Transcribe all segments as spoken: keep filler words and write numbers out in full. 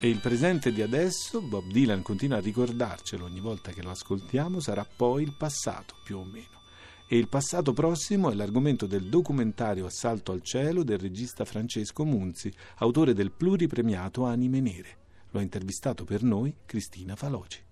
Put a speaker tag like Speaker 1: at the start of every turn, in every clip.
Speaker 1: E il presente di adesso, Bob Dylan continua a ricordarcelo ogni volta che lo ascoltiamo, sarà poi il passato, più o meno. E il passato prossimo è l'argomento del documentario Assalto al cielo del regista Francesco Munzi, autore del pluripremiato Anime Nere. Lo ha intervistato per noi Cristina Faloci.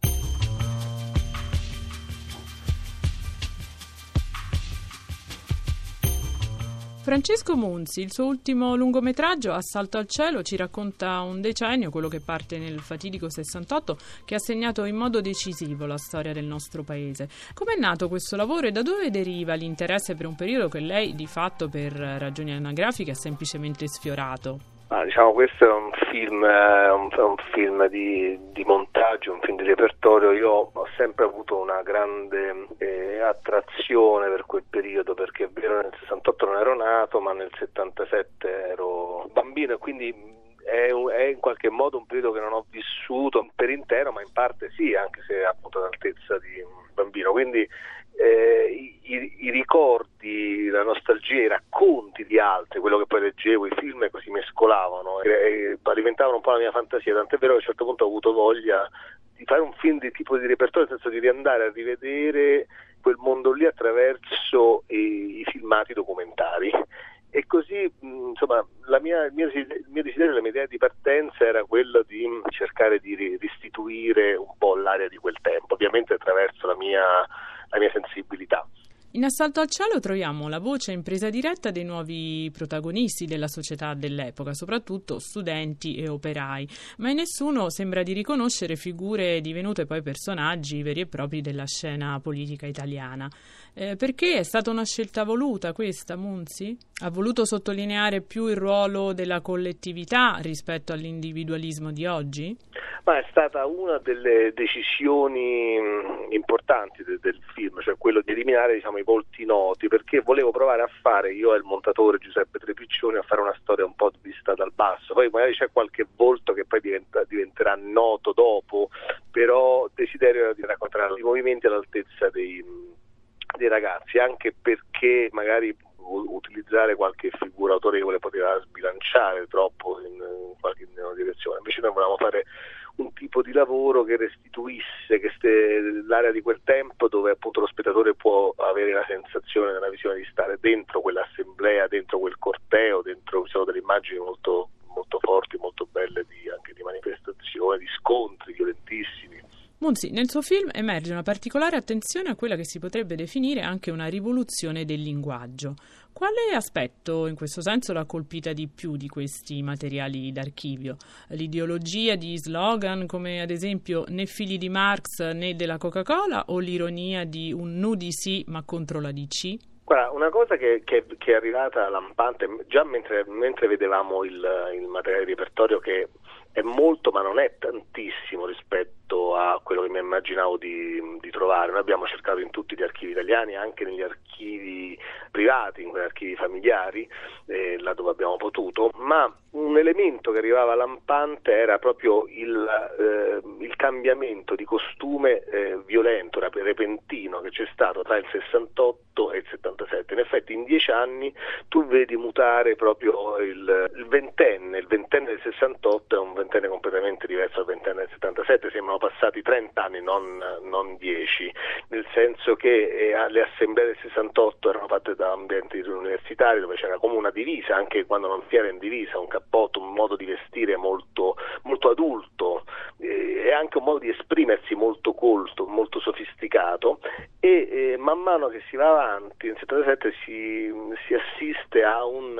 Speaker 2: Francesco Munzi, il suo ultimo lungometraggio, Assalto al cielo, ci racconta un decennio, quello che parte nel fatidico sessantotto, che ha segnato in modo decisivo la storia del nostro paese. Com'è nato questo lavoro e da dove deriva l'interesse per un periodo che lei, di fatto, per ragioni anagrafiche, ha semplicemente sfiorato?
Speaker 3: Ah, diciamo, questo è un film, eh, un, un film di, di montaggio, un film di repertorio. Io ho sempre avuto una grande eh, attrazione per quel periodo, perché è vero, nel sessantotto non ero nato, ma nel settantasette ero bambino, e quindi è, è in qualche modo un periodo che non ho vissuto per intero, ma in parte sì, anche se appunto all'altezza di un bambino. Quindi eh, i, i ricordi, la nostalgia, i racconti di altri, quello che poi leggevo, i film, così mescolavano e, e alimentavano un po' la mia fantasia, tant'è vero che a un certo punto ho avuto voglia di fare un film di tipo di repertorio, nel senso di riandare a rivedere quel mondo lì attraverso i, i filmati documentari. E così, insomma, la mia, il, mio, il mio desiderio, la mia idea di partenza era quello di cercare di restituire un po' l'aria di quel tempo, ovviamente attraverso la mia, la mia sensibilità.
Speaker 2: In Assalto al cielo troviamo la voce in presa diretta dei nuovi protagonisti della società dell'epoca, soprattutto studenti e operai, ma in nessuno sembra di riconoscere figure divenute poi personaggi veri e propri della scena politica italiana. Eh, perché è stata una scelta voluta questa, Munzi? Ha voluto sottolineare più il ruolo della collettività rispetto all'individualismo di oggi?
Speaker 3: Ma è stata una delle decisioni importanti del, del film, cioè quello di eliminare, diciamo, i volti noti, perché volevo provare a fare, io e il montatore Giuseppe Trepiccioni, a fare una storia un po' vista dal basso. Poi magari c'è qualche volto che poi diventa, diventerà noto dopo, però il desiderio era di raccontare i movimenti all'altezza dei, dei ragazzi, anche perché magari utilizzare qualche figura autorevole poteva sbilanciare troppo in, in qualche direzione. Invece noi volevamo fare un tipo di lavoro che restituisse che ste, l'area di quel tempo, dove appunto lo spettatore può avere la sensazione, la visione di stare dentro quell'assemblea, dentro quel corteo, dentro, ci sono delle immagini molto, molto forti, molto belle, di, anche di manifestazioni, di scontri violentissimi.
Speaker 2: Munzi, nel suo film emerge una particolare attenzione a quella che si potrebbe definire anche una rivoluzione del linguaggio. Quale aspetto in questo senso l'ha colpita di più di questi materiali d'archivio? L'ideologia di slogan come ad esempio né figli di Marx né della Coca-Cola, o l'ironia di un nu di sì ma contro la D C?
Speaker 3: Guarda, una cosa che, che, che è arrivata lampante, già mentre, mentre vedevamo il, il materiale di repertorio, che è molto ma non è tantissimo rispetto a quello che mi immaginavo di, di trovare. Noi abbiamo cercato in tutti gli archivi italiani, anche negli archivi privati, in quegli archivi familiari, eh, là dove abbiamo potuto, ma un elemento che arrivava lampante era proprio il, eh, il cambiamento di costume eh, violento, repentino, che c'è stato tra il sessantotto e il settantasette. In effetti in dieci anni tu vedi mutare proprio il, il ventenne, il ventenne del sessantotto è un ventenne completamente diverso dal ventenne del settantasette, sembrano passati trenta anni, non, non dieci, nel senso che eh, le assemblee del sessantotto erano fatte da ambienti universitari dove c'era come una divisa, anche quando non si era in divisa, un cappotto, un modo di vestire molto, molto adulto eh, e anche un modo di esprimersi molto colto, molto sofisticato, e eh, man mano che si va avanti nel settantasette si, si assiste a, un,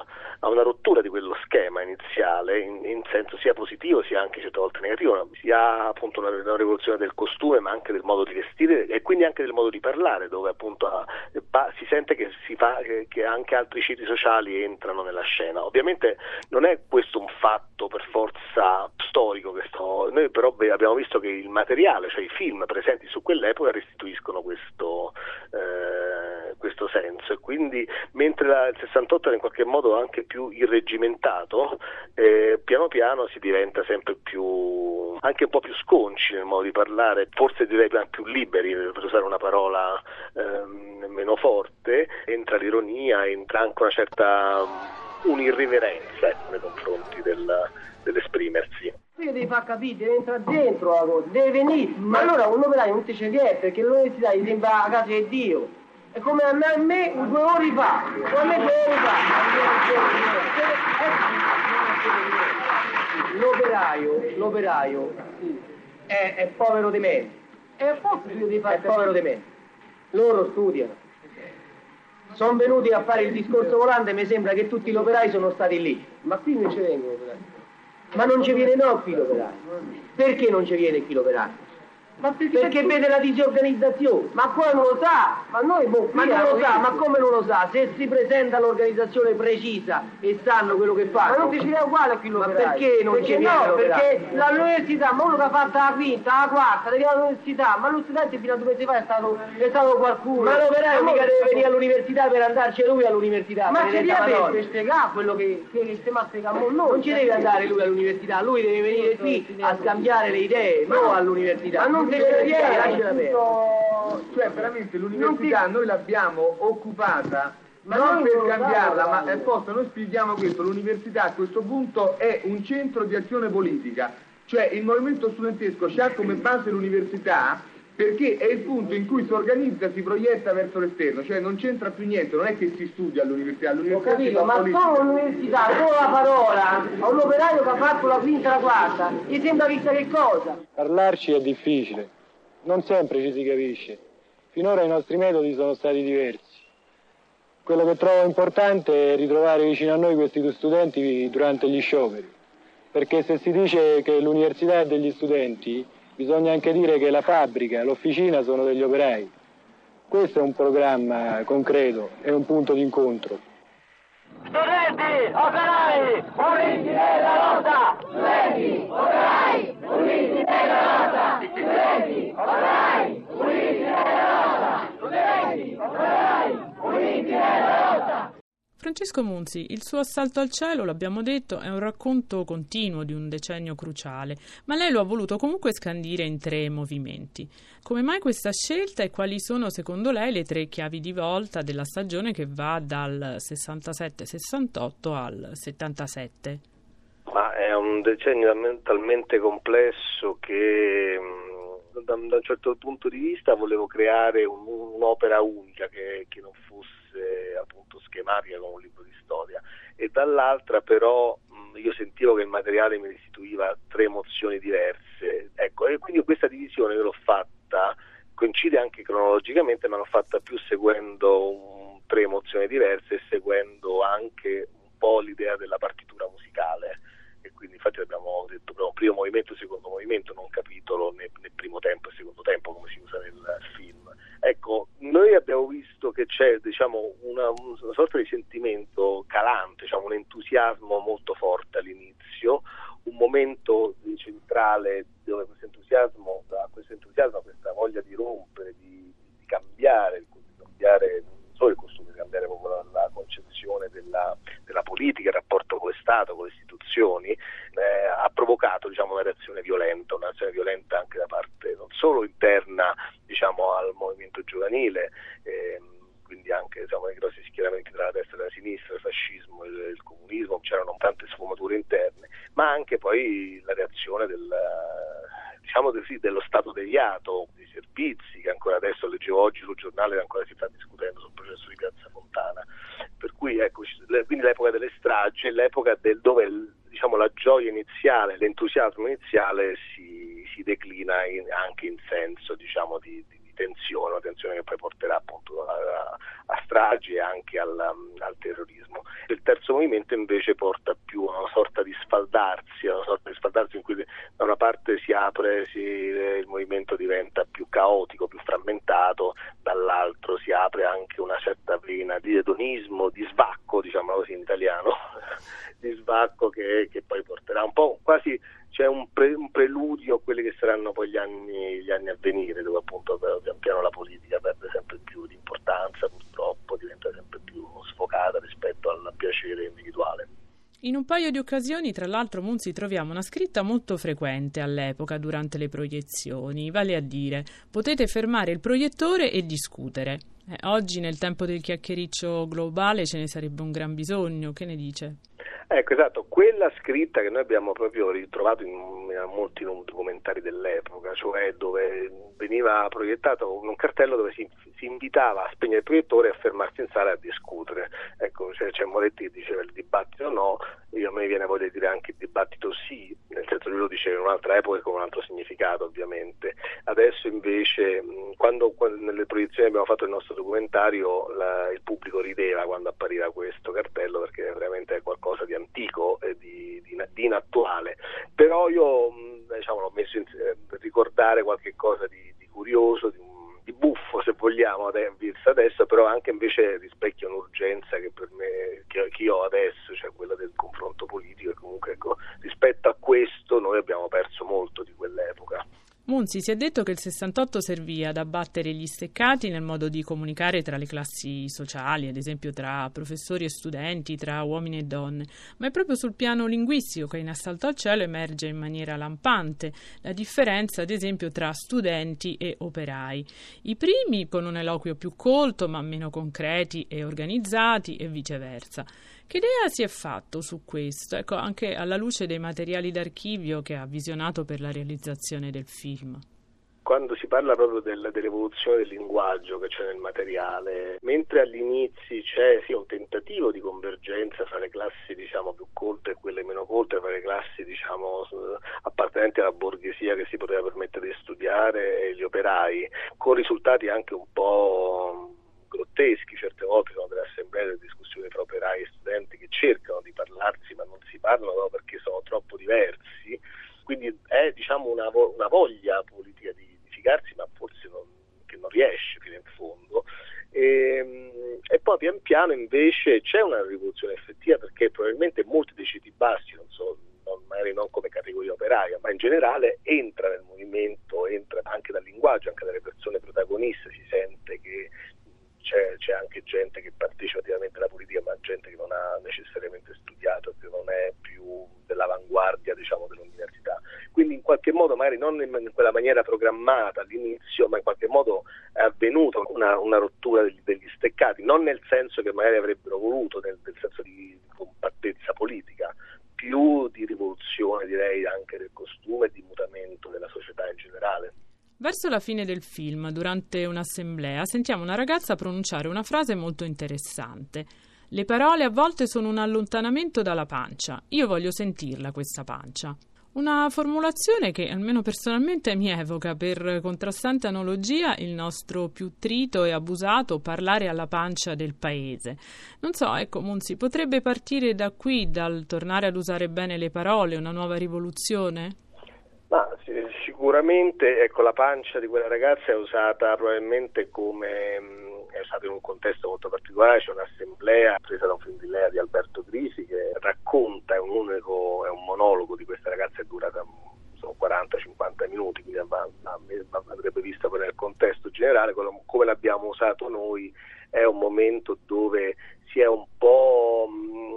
Speaker 3: a una rottura di quello schema iniziale, in, in senso sia positivo sia anche certe volte negativo. Si ha appunto una, una rivoluzione del costume, ma anche del modo di vestire e quindi anche del modo di parlare, dove appunto ah, si sente che si fa che, che anche altri ceti sociali entrano nella scena. Ovviamente non è questo un fatto per forza storico che sto, noi però abbiamo visto che il materiale, cioè i film presenti su quell'epoca, restituiscono questo eh, questo senso, e quindi mentre la, il sessantotto era in qualche modo anche più irregimentato, eh, piano piano si diventa sempre più, anche un po' più sconci nel modo di parlare, forse direi più liberi, per usare una parola eh, meno forte. Entra l'ironia, entra anche una certa un'irriverenza ecco, nei confronti del, dell'esprimersi.
Speaker 4: Io devi far capire, deve entrare dentro la cosa, deve venire, ma allora un operaio non ti ce n'è perché l'università gli sembra la casa di Dio. È come a me, a me due ore fa, come a me due ore fa. L'operaio, l'operaio è, è povero di mente, è, è povero di mente. Loro studiano. Sono venuti a fare il discorso volante, mi sembra che tutti gli operai sono stati lì. Ma qui non ci vengono operai. Ma non ci viene no qui l'operaio. Perché non ci viene qui l'operaio? Ma perché, perché vede la disorganizzazione. Ma poi non lo sa. Ma noi boh, ma non lo sa, ma come non lo sa? Se si presenta l'organizzazione precisa e sanno quello che fanno. Ma non ti ci viene uguale qui l'operaio. Ma perché non perché ci viene no, perché l'università, ma uno che ha fatto la quinta, la quarta, deve andare all'università, ma l'università fino a due mesi fa è stato, è stato qualcuno. Ma l'operaio ma mica deve venire all'università per andarci lui all'università. Ma ci deve per spiegare quello che, che stiamo a spiegare noi. Non ci deve andare lui all'università, lui deve venire qui a scambiare le idee, non all'università. Ma non
Speaker 5: cioè veramente l'università noi l'abbiamo occupata ma non per cambiarla, ma apposta noi spieghiamo questo: l'università a questo punto è un centro di azione politica, cioè il movimento studentesco ha come base l'università perché è il punto in cui si organizza, si proietta verso l'esterno, cioè non c'entra più niente, non è che si studia all'università, all'università
Speaker 4: ho capito, ma solo l'università, solo la parola, a un operaio che ha fatto la quinta e la quarta, gli sembra chissà che cosa.
Speaker 6: Parlarci è difficile, non sempre ci si capisce, finora i nostri metodi sono stati diversi. Quello che trovo importante è ritrovare vicino a noi questi due studenti durante gli scioperi, perché se si dice che l'università è degli studenti, bisogna anche dire che la fabbrica, l'officina sono degli operai. Questo è un programma concreto, è un punto d'incontro.
Speaker 7: Studenti, operai, uniti nella lotta! Studenti, operai, uniti nella lotta! Studenti, operai, uniti nella lotta! Studenti, operai, uniti nella lotta!
Speaker 2: Francesco Munzi, il suo Assalto al cielo, l'abbiamo detto, è un racconto continuo di un decennio cruciale, ma lei lo ha voluto comunque scandire in tre movimenti. Come mai questa scelta e quali sono secondo lei le tre chiavi di volta della stagione che va dal sessantasette sessantotto al settantasette?
Speaker 3: Ma è un decennio talmente complesso che da, da un certo punto di vista volevo creare un, un'opera unica che, che non fosse appunto schematica come un libro di storia, e dall'altra però mh, io sentivo che il materiale mi restituiva tre emozioni diverse, ecco, e quindi questa divisione io l'ho fatta, coincide anche cronologicamente, ma l'ho fatta più seguendo un, tre emozioni diverse e seguendo anche un po' l'idea della partitura musicale, e quindi infatti abbiamo detto primo, primo movimento, secondo movimento, non capitolo né, né primo tempo e secondo tempo come si usa nel film. Ecco, noi abbiamo visto che c'è, diciamo, una, una sorta di sentimento calante, diciamo, un entusiasmo molto forte all'inizio, un momento centrale dove questo entusiasmo, da questo entusiasmo, questa voglia di rompere, di, di cambiare, di cambiare non solo il costume, di cambiare proprio la, la concezione della, della politica, il rapporto con lo Stato, con le istituzioni, eh, ha provocato, diciamo, una reazione violenta, una reazione violenta anche da parte non solo interna, diciamo, al movimento giovanile, eh, quindi anche, diciamo, nei grossi schieramenti tra la destra e la sinistra, il fascismo e il, il comunismo, c'erano tante sfumature interne, ma anche poi la reazione del, diciamo così, dello stato deviato, dei servizi, che ancora adesso leggevo oggi sul giornale, ancora si sta discutendo sul processo di Piazza Fontana, per cui ecco, quindi l'epoca delle stragi, l'epoca del dove diciamo la gioia iniziale, l'entusiasmo iniziale si, si declina in, anche in senso, diciamo, di, di, di tensione, una tensione che poi porterà appunto a, a stragi e anche al, al terrorismo. Il terzo movimento invece porta più a una sorta di sfaldarsi, a una sorta di sfaldarsi in cui da una parte si apre, si, il movimento diventa più caotico, più frammentato, dall'altro si apre anche una certa vena di edonismo, di svacco, diciamo così in italiano, di svacco che, che poi porterà un po' quasi, c'è un, pre, un preludio a quelli che saranno poi gli anni, gli anni a venire, dove appunto pian piano la politica perde sempre più di importanza, purtroppo diventa sempre più sfocata rispetto al piacere individuale.
Speaker 2: In un un paio di occasioni, tra l'altro, Munzi, troviamo una scritta molto frequente all'epoca durante le proiezioni, vale a dire: potete fermare il proiettore e discutere. Eh, oggi, nel tempo del chiacchiericcio globale, ce ne sarebbe un gran bisogno. Che ne dice?
Speaker 3: Ecco, esatto, quella scritta che noi abbiamo proprio ritrovato in, in molti documentari dell'epoca, cioè dove veniva proiettato un cartello dove si, si invitava a spegnere il proiettore e a fermarsi in sala a discutere. Ecco, cioè, c'è Moretti che diceva il dibattito no, io a me viene voglia di dire anche il dibattito sì, nel senso che lui lo diceva in un'altra epoca e con un altro significato ovviamente. Adesso invece, quando, quando nelle proiezioni abbiamo fatto il nostro documentario, la, il pubblico rideva quando appariva questo cartello, perché veramente è qualcosa di antico e di, di, di inattuale, però io diciamo, l'ho messo in, per ricordare qualche cosa di, di curioso, di, di buffo se vogliamo adesso, però anche invece rispecchia un'urgenza che per me che, che io ho adesso, cioè quella del confronto politico, e comunque ecco, rispetto a questo noi abbiamo perso molto di quell'epoca.
Speaker 2: Munzi, si è detto che il sessantotto servì ad abbattere gli steccati nel modo di comunicare tra le classi sociali, ad esempio tra professori e studenti, tra uomini e donne, ma è proprio sul piano linguistico che in Assalto al cielo emerge in maniera lampante la differenza, ad esempio, tra studenti e operai. I primi con un eloquio più colto ma meno concreti e organizzati e viceversa. Che idea si è fatto su questo? Ecco, anche alla luce dei materiali d'archivio che ha visionato per la realizzazione del film.
Speaker 3: Quando si parla proprio del, dell'evoluzione del linguaggio che c'è nel materiale, mentre agli inizi c'è sì, un tentativo di convergenza fra le classi diciamo più colte e quelle meno colte, fra le classi diciamo appartenenti alla borghesia che si poteva permettere di studiare e gli operai, con risultati anche un po' grotteschi, certe volte sono delle assemblee, delle discussioni tra operai e studenti che cercano di parlarsi ma non si parlano perché sono troppo diversi, quindi è diciamo una, vo- una voglia politica di, di figarsi ma forse non, che non riesce fino in fondo, e, e poi pian piano invece c'è una rivoluzione effettiva, perché probabilmente molti dei ceti bassi, non so, non, magari non come categoria operaia ma in generale, entra nel movimento, entra anche dal linguaggio, anche dalle persone protagoniste, si sente che C'è, c'è anche gente che partecipa attivamente alla politica, ma gente che non ha necessariamente studiato, che non è più dell'avanguardia diciamo dell'università. Quindi in qualche modo, magari non in, in quella maniera programmata all'inizio, ma in qualche modo è avvenuta una, una rottura degli, degli steccati, non nel senso che magari avrebbero voluto, nel, nel senso di compattezza politica, più di rivoluzione direi anche del costume e di mutamento della società in generale.
Speaker 2: Verso la fine del film, durante un'assemblea, sentiamo una ragazza pronunciare una frase molto interessante. Le parole a volte sono un allontanamento dalla pancia. Io voglio sentirla, questa pancia. Una formulazione che, almeno personalmente, mi evoca, per contrastante analogia, il nostro più trito e abusato parlare alla pancia del paese. Non so, ecco, Munzi, potrebbe partire da qui, dal tornare ad usare bene le parole, una nuova rivoluzione?
Speaker 3: Ma sicuramente ecco, la pancia di quella ragazza è usata probabilmente come è usata in un contesto molto particolare. C'è un'assemblea presa da un film di Lea di Alberto Grisi che racconta, è un unico, è un monologo di questa ragazza, è durata quaranta cinquanta minuti, quindi andrebbe vista poi nel contesto generale. Come l'abbiamo usato noi è un momento dove si è un po'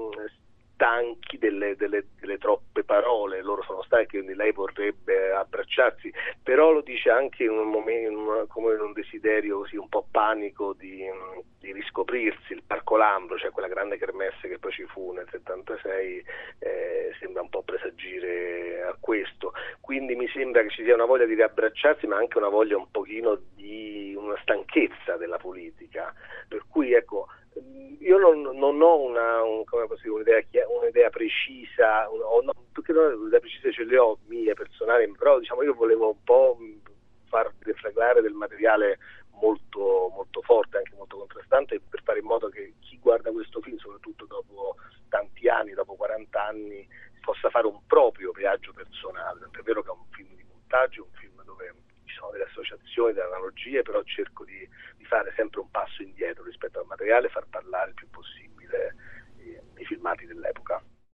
Speaker 3: stanchi delle, delle, delle troppe parole, loro sono stanchi, quindi lei vorrebbe abbracciarsi, però lo dice anche in un momento, in una, come in un desiderio così un po' panico di, di riscoprirsi. Il Parco Lambro, cioè quella grande kermesse che poi ci fu nel settantasei, eh, sembra un po' presagire a questo, quindi mi sembra che ci sia una voglia di riabbracciarsi, ma anche una voglia un pochino di una stanchezza della politica, per cui ecco, io non, non ho una, un, come posso dire, un'idea, un'idea precisa, un, no, perché un'idea precisa ce le ho mie personali, però diciamo io volevo un po' far deflagrare del materiale molto, molto forte, anche molto contrastante, per fare in modo che chi guarda questo film, soprattutto dopo tanti anni, dopo quaranta anni, possa fare un proprio viaggio personale. Tant'è vero che è un film di montaggio, un film dove ci sono delle associazioni, delle analogie, però cerco di, di fare sempre un passo indietro rispetto al materiale, far parlare il più possibile i, i filmati dell'epoca.